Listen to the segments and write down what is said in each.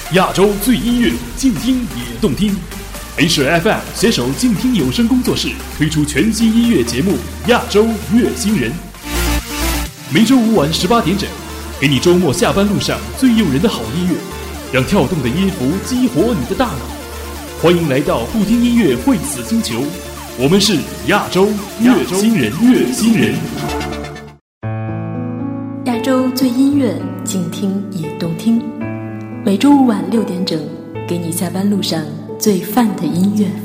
亚洲最音乐，静听也动听。H2FM 携手静听有声工作室推出全新音乐节目《亚洲乐星人》，每周五晚18点整，给你周末下班路上最诱人的好音乐，让跳动的音符激活你的大脑。欢迎来到不听音乐会死星球，我们是亚洲乐星人，乐星人。 亚洲最音乐，静听也动听。每周五晚6点整，给你下班路上最范的音乐。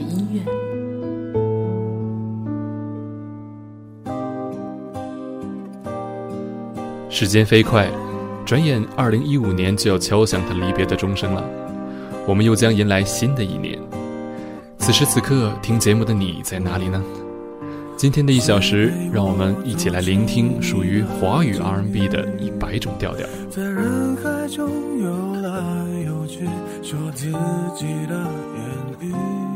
时间飞快，转眼2015年就要敲响它离别的钟声了。我们又将迎来新的一年。此时此刻，听节目的你在哪里呢？今天的1小时，让我们一起来聆听属于华语 R&B 的100种调调。 在人海中游来游去，说自己的言语。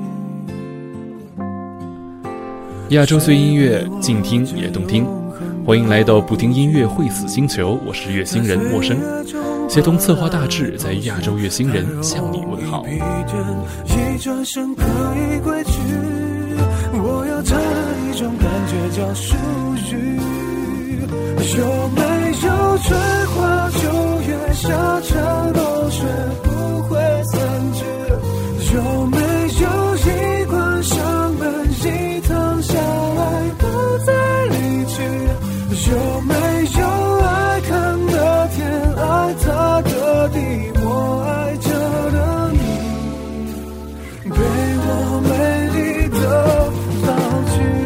亚洲最音乐，静听也动听。欢迎来到不听音乐会死星球，我是乐星人陌生，协同策划大致在亚洲乐星人向你问好。 一转身可以归去，我要找的一种感觉叫属于。有没有春花秋月，夏蝉冬雪不会散去？有没有一关上门，一趟下来不再离去？有没有爱看的天，爱他的地，我爱着的你，被我美丽的老去。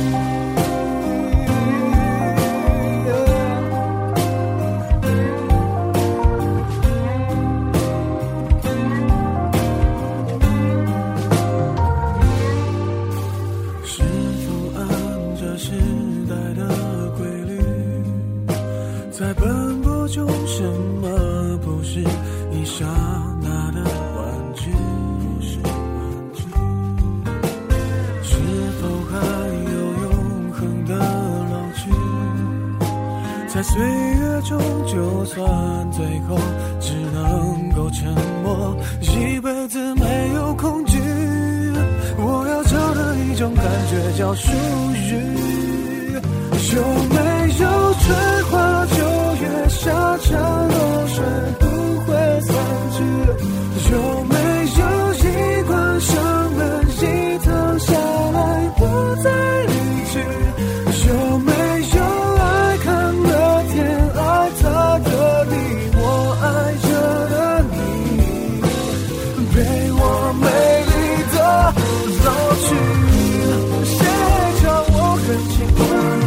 是否按着时代的规律，在奔波中，什么不是一刹那的玩具？是否还有永恒的老去？在岁月中，就算最后只能够沉默，一辈子没有恐惧。我要找的一种感觉叫属于。有没有春花秋月，夏蝉冬雪不会散去？有没有一关上门，一趟下来不再离去？有没有爱看的天，爱他的地，我爱着的你，被我美丽的老去。谁叫我很轻快？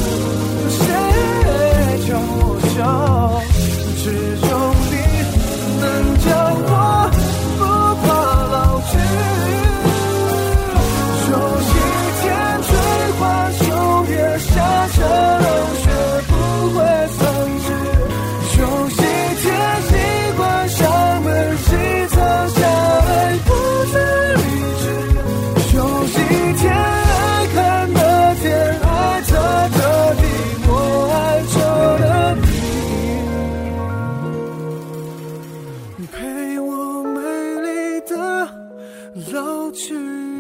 只有你能将我不怕老去。有一天春花秋月，夏蝉冬雪不会散去。有一天一关上门，一趟下来不再离去。有一天爱看的天，爱他的地，我爱着的你，陪我美丽的老去。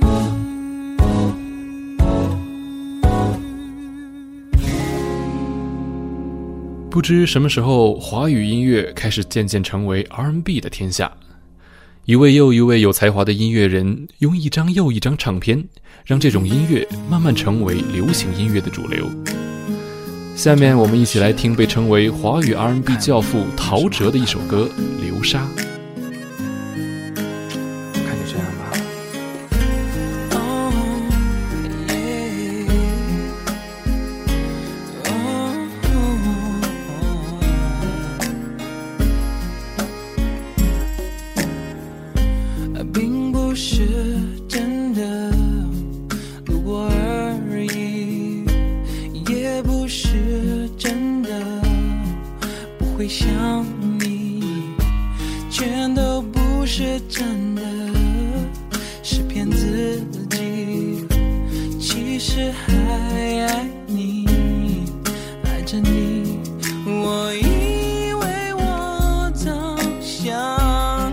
不知什么时候，华语音乐开始渐渐成为 R&B 的天下。一位又一位有才华的音乐人，用一张又一张唱片，让这种音乐慢慢成为流行音乐的主流。下面我们一起来听被称为华语 R&B 教父陶喆的一首歌《流沙》。 看就这样吧。并不是真的路过而已，也不是真的不会想你，全都不是真的，是骗自己，其实还爱你，爱着你。我以为我早想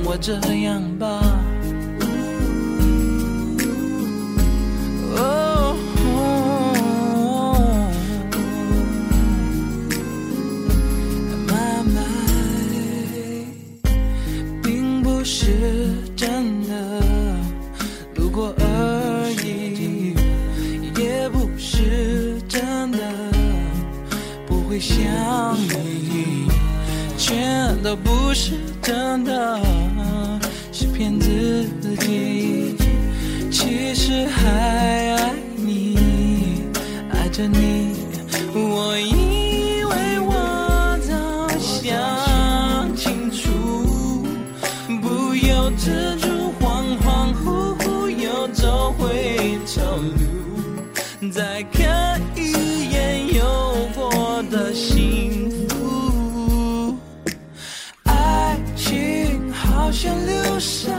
我这样吧。并不是真的，路过而已，也不是真的，不会想你，全都不是真的，是骗自己。其实还爱你，爱着你，我以为我早想清楚，不由自主，恍恍惚惚又走回头路，再看一眼有过的幸福。爱情好像流沙，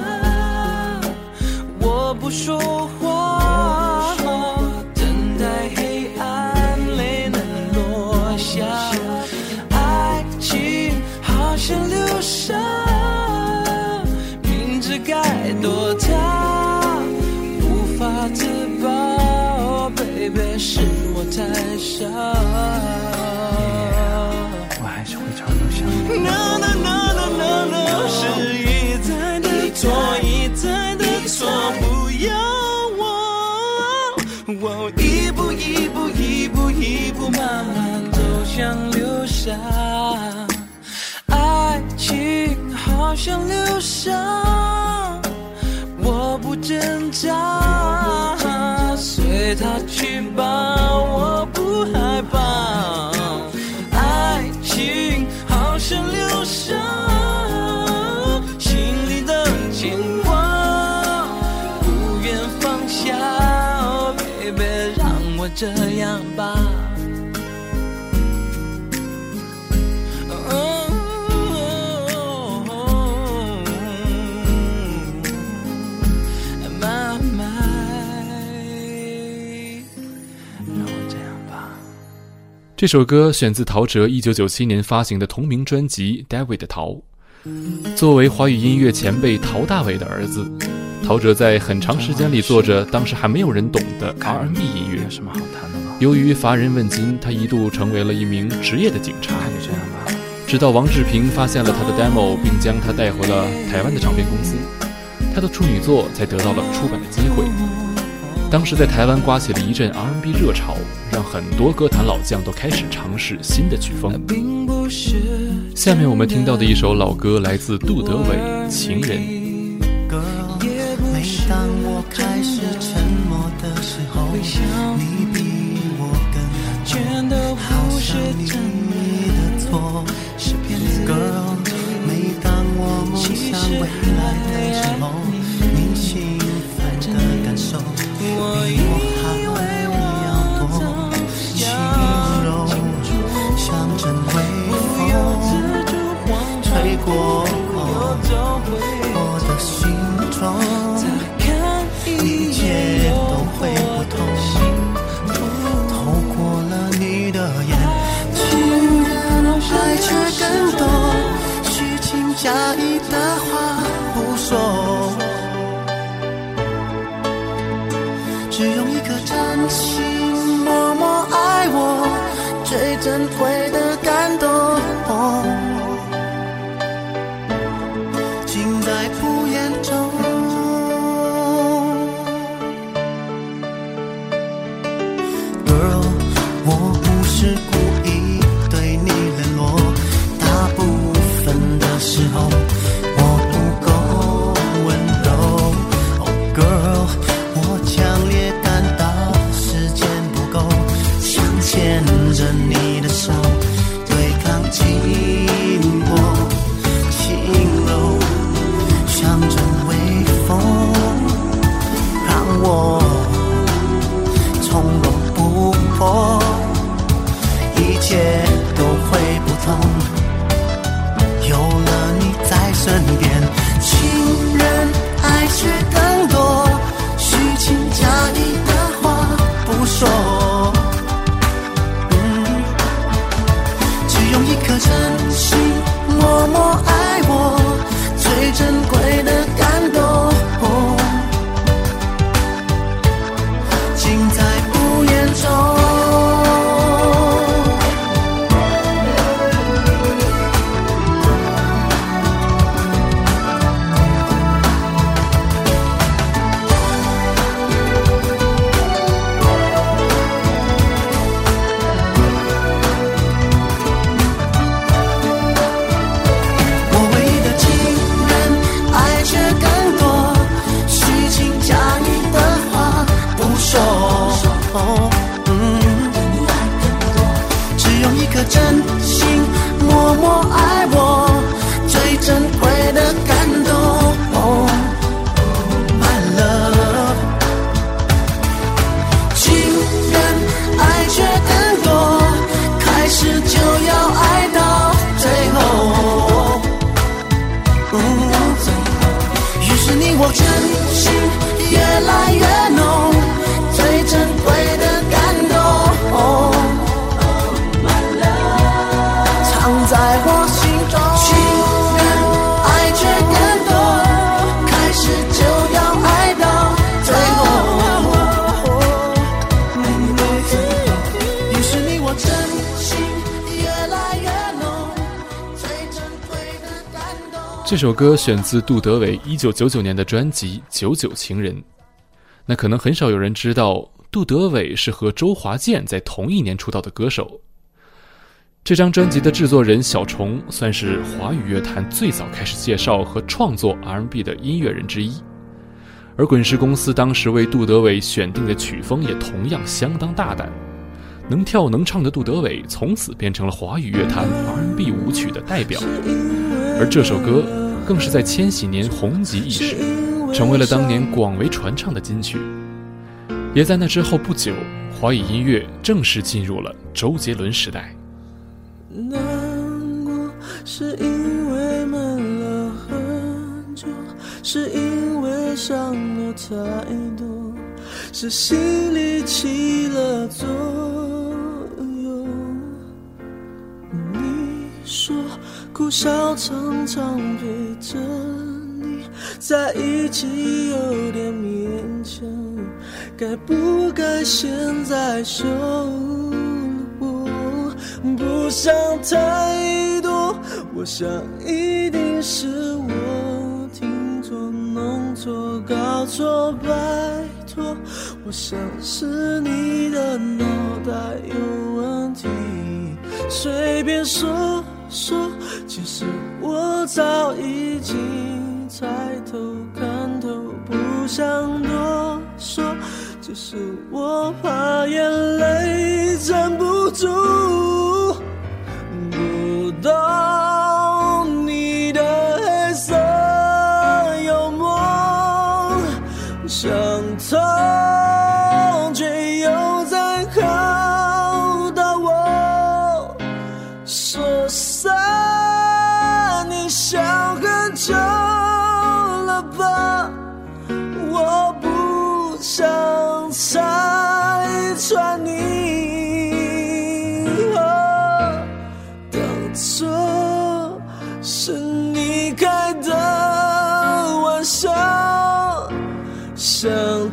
我不说话，等待黑暗泪能落下。爱情好像流沙，明知该躲它，无法自拔。Baby， 是我太傻， 我还是会找留下。 No no no no no no， 是一再的错，一再的错，不要我一步一步一步一步慢慢走向流沙。爱情好像流沙，我不挣扎，随它去吧，我不害怕。爱情好像流沙，心里的牵挂不愿放下。Oh baby， 让我这样吧。 这首歌选自陶喆1997年发行的同名专辑 David 的陶。作为华语音乐前辈陶大伟的儿子，陶喆在很长时间里做着当时还没有人懂的 R&B 音乐。 有什么好谈的吗？ 由于乏人问津，他一度成为了一名职业的警察。 就这样吧。 直到王志平发现了他的 demo， 并将他带回了台湾的唱片公司，他的处女作才得到了出版的机会。当时在台湾刮起了一阵 R&B 热潮，让很多歌坛老将都开始尝试新的曲风。下面我们听到的一首老歌来自杜德伟《情人》。 每当我开始沉默的时候，你比我更全都不是你的错，是骗自己。Girl， 每当我梦想未来的时候，你幸福的感受我以为我多轻柔，像阵微风吹过我的心中，一切都会不同。透过了你的眼，情人爱却更多，虚情假意的话不说，只用一颗真心默默爱我，最珍贵的感动，尽在不言中。Girl， 我不是故意对你冷落，大部分的时候我不够温柔。Oh girl，我强烈感到时间不够，想牵着你的手，对抗寂寞，轻柔像阵微风，让我从容不迫，一切都会不同，有了你在身边，情人爱却更多，虚情假意的话不说，只用一颗真心默默爱我，最珍贵我真心越来越浓，最珍贵的感动藏在我心中，情更爱却更多，开始就要爱到最后。于是你我真心越来越浓，最珍贵的感动。 这首歌选自杜德伟1999年的专辑《99情人》。那可能很少有人知道，杜德伟是和周华健在同一年出道的歌手。这张专辑的制作人小虫算是华语乐坛最早开始介绍和创作 R&B 的音乐人之一，而滚石公司当时为杜德伟选定的曲风也同样相当大胆，能跳能唱的杜德伟从此变成了华语乐坛 R&B 舞曲的代表，而这首歌更是在千禧年红极一时，成为了当年广为传唱的金曲。也在那之后不久，华语音乐正式进入了周杰伦时代。 难过是因为闷了很久，是因为伤了太多，是心里起了作用。你说苦笑常常陪着你在一起有点勉强，该不该现在说不想太多，我想一定是我听错弄错搞错，拜托，我想是你的脑袋有问题，随便说说，其实我早已经猜透看透，不想多说，只是我怕眼泪忍不住，不懂你的黑色幽默，想通却又在考到我，说散你想很久了吧，我不想拆穿你，是你开的玩笑，想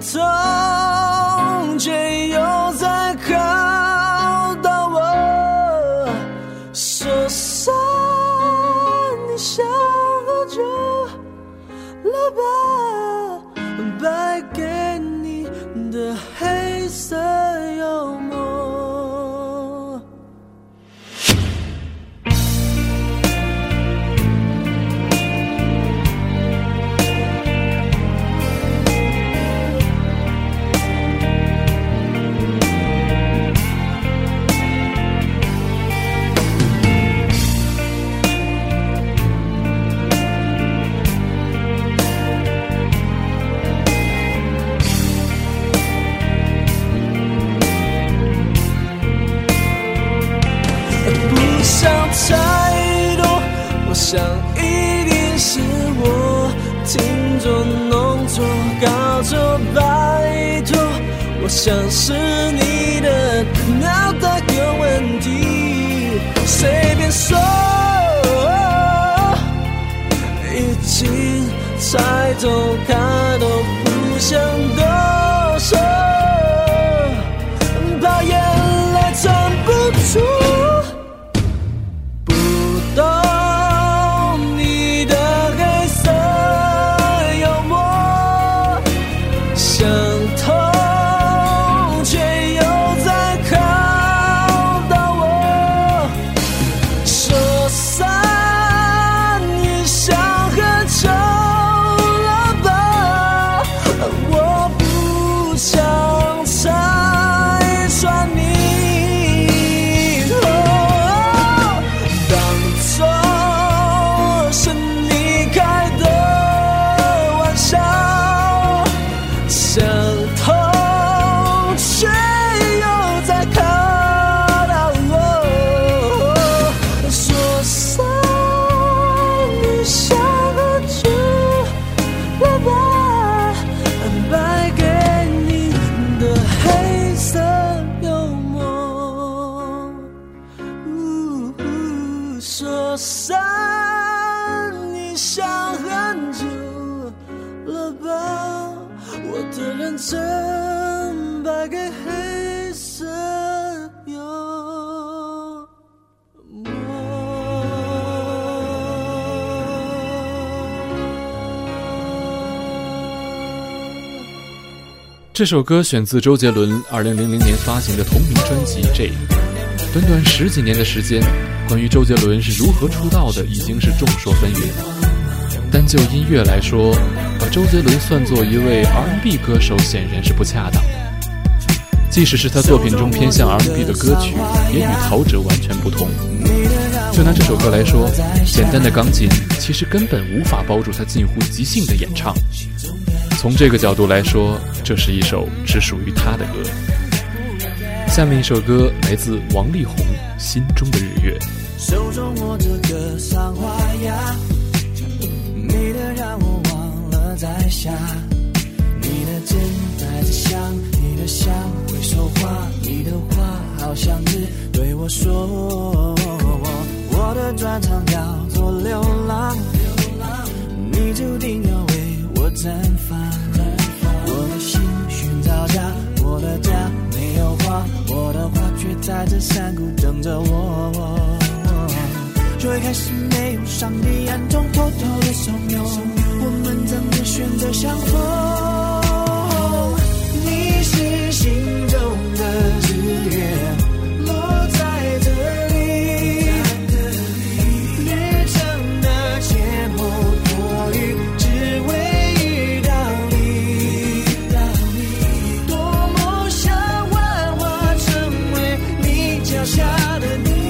通却又在考到我，说散你想很久了吧，败给你的黑色幽默。太多，我想一定是我听错弄错搞错，拜托，我想是你的脑袋有问题，随便说，已经猜透看透，不想多说，怕眼泪忍不住，想把我的认真败给黑色幽默。 这首歌选自周杰伦2000年发行的同名专辑《J》。短短10几年的时间，关于周杰伦是如何出道的已经是众说纷纭。单就音乐来说，把周杰伦算作一位 R&B 歌手显然是不恰当的。即使是他作品中偏向 R&B 的歌曲，也与陶喆完全不同。就拿这首歌来说，简单的钢琴其实根本无法包住他近乎即兴的演唱。从这个角度来说，这是一首只属于他的歌。下面一首歌来自王力宏，《心中的日月》。 手中握着个桑花呀，美得让我忘了在下。你的肩带着香，你的香会说话，你的话好像是对我说。我的专长叫做流浪，你注定要为我绽放。我的心寻找家，我的家没有花，我的花却在这山谷等着我。最开始没有上帝暗中偷偷的怂恿，我们怎么选择相逢？你是心中的日月，落在这里，旅程的前后多余，只为遇到你。多么想幻化成为你脚下的你。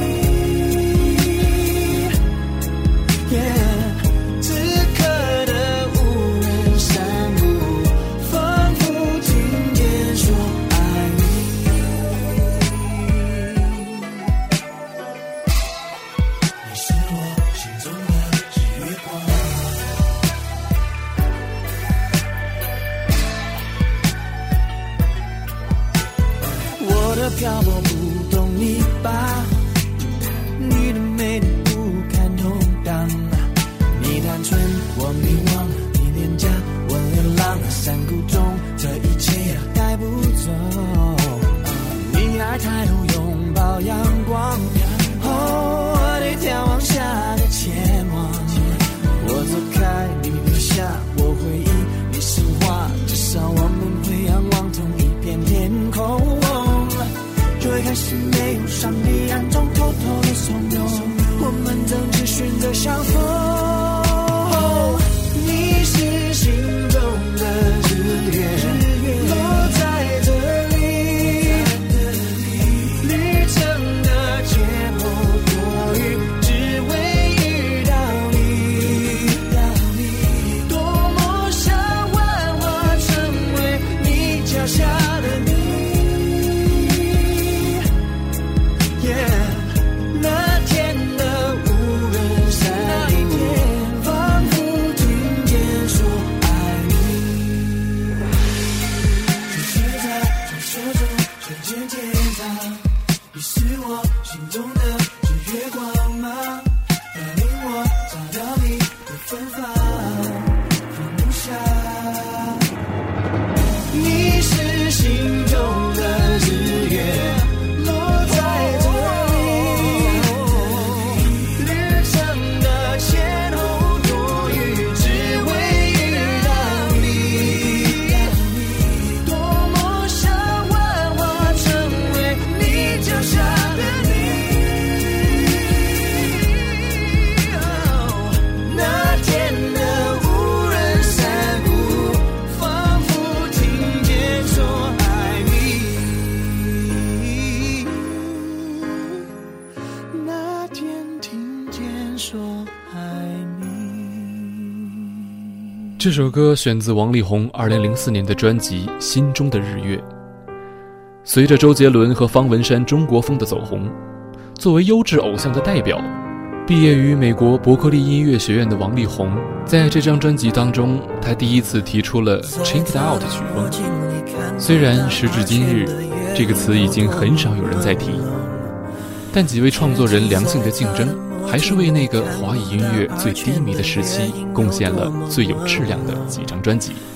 漂泊不懂你吧，你的美丽不堪动荡，你单纯我迷惘，你廉价我流浪，山谷中这一切带不走。你爱抬头拥抱阳光，我得眺望下个前往。我走开你留下我回忆，你是花，至少我们会仰望同一片天空。最开始没有上帝暗中偷偷的怂恿，我们怎只选择相逢？你是心中的日月，落在这里，旅程的前后多余，只为遇到你。多么想幻化成为你脚下的你。那天的无人山谷，仿佛听见说爱你。就睡在传说中瞬间天堂，你是我心中的日月光芒，带领我找到你的芬芳，放不下。你是心中的日月，落在这这首歌选自王力宏2004年的专辑《心中的日月》。随着周杰伦和方文山中国风的走红，作为优质偶像的代表，毕业于美国伯克利音乐学院的王力宏，在这张专辑当中，他第一次提出了 Check It Out 曲风。虽然时至今日，这个词已经很少有人在提，但几位创作人良性的竞争，还是为那个华语音乐最低迷的时期贡献了最有质量的几张专辑。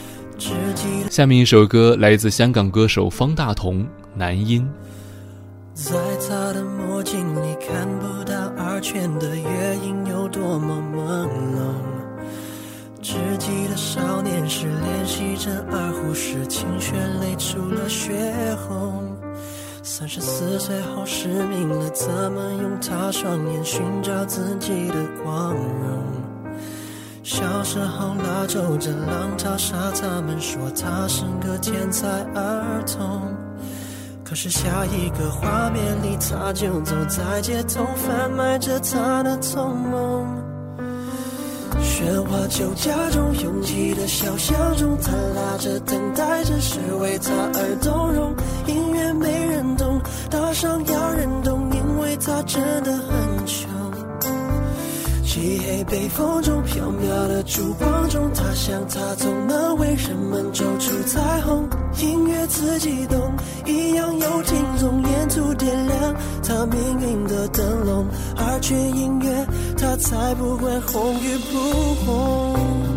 下面一首歌来自香港歌手方大同，《男音》。 在他的墨镜里看不到二泉的月影有多么朦胧，只记得少年时练习着二胡时，琴弦累出了血红。34岁后失明了，怎么用他双眼寻找自己的光荣？小时候拉奏着浪淘沙，他们说他是个天才儿童。可是下一个画面里，他就走在街头，贩卖着他的童梦。喧哗酒家中拥挤的小巷中，他拉着等待着谁为他而动容。音乐没人懂，打赏要人懂，因为他真的很穷。漆黑北风中飘渺的烛光中，他想他总能为人们奏出彩虹。音乐自己懂，一样有听众，沿途点亮他命运的灯笼。二泉音乐，他才不管红与不红。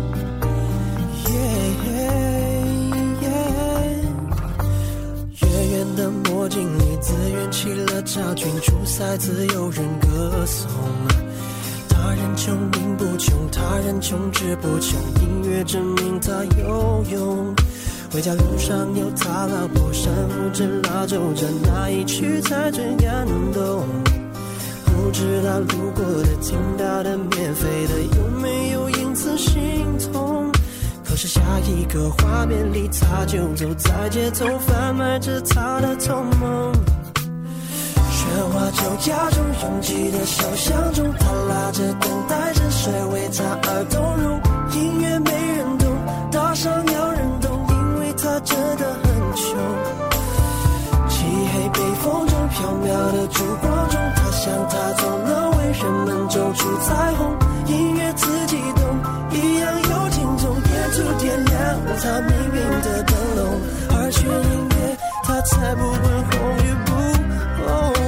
远远的墨镜里，自圆起了赵君出塞，自有人歌颂。他人穷命不穷，他人穷志不穷，音乐证明他有用。回家路上有他老婆搀扶着拉奏着那一曲才最感动。不知道路过的听到的免费的有没有因此心痛？可是下一个画面里，他就走在街头，贩卖着他的童梦。喧哗酒家中拥挤的小巷中，他拉着等待着谁为他而动容。音乐没人懂，打赏要人懂，因为他真的很穷。漆黑北风中飘渺的烛光中，他想他总能为人们奏出彩虹。音乐自己懂，一样有听众，沿途点亮他命运的灯笼。二泉音乐，他才不管红与不红。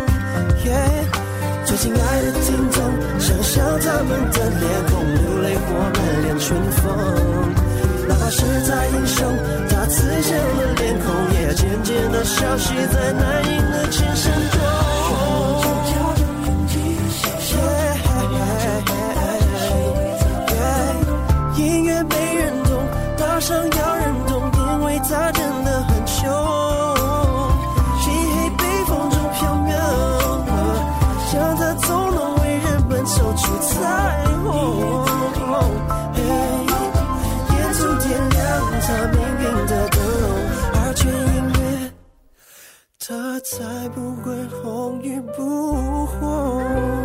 最亲爱的听众，想象他们的脸孔，流泪或满脸春风。哪怕是在英雄，他慈祥的脸孔也渐渐地消息在男音的琴声中。音乐没人懂，打赏要人懂，因为他真的很穷。漆黑北风中飘渺，想他总能为人们奏出彩虹。沿途点亮他命运的灯笼。二泉音乐，他才不管红与不红。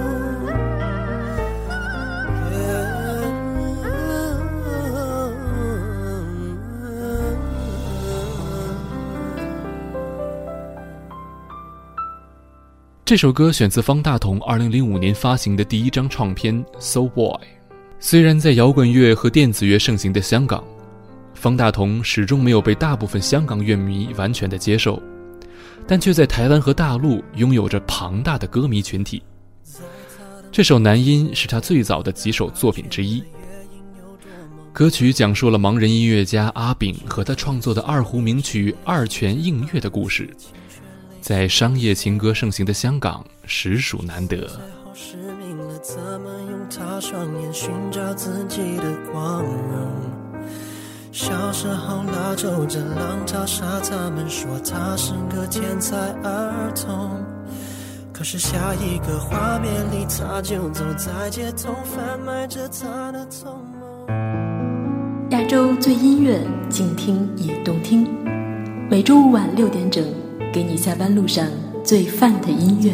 这首歌选自方大同2005年发行的第一张唱片《So Boy》。虽然在摇滚乐和电子乐盛行的香港，方大同始终没有被大部分香港乐迷完全的接受，但却在台湾和大陆拥有着庞大的歌迷群体。这首《男音》是他最早的几首作品之一。歌曲讲述了盲人音乐家阿炳和他创作的二胡名曲《二泉映月》的故事，在商业情歌盛行的香港实属难得。 失明了，怎么用他双眼寻找自己的光荣？小时候拉奏着浪淘沙，他们说他是个天才儿童。可是下一个画面里，他就走在街头，贩卖着他的童梦。 亚洲最音乐，静听也动听。每周五晚6点整，给你下班路上最范的音乐。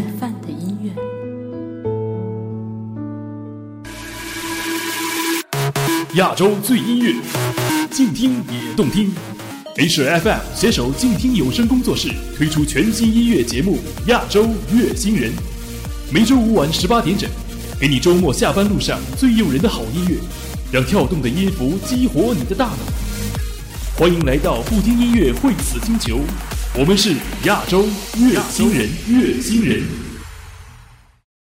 亚洲最音乐，静听也动听。H2FM 携手静听有声工作室推出全新音乐节目《亚洲乐新人》，每周五晚18点整，给你周末下班路上最诱人的好音乐，让跳动的音符激活你的大脑。欢迎来到不听音乐会死星球，我们是亚洲乐新人。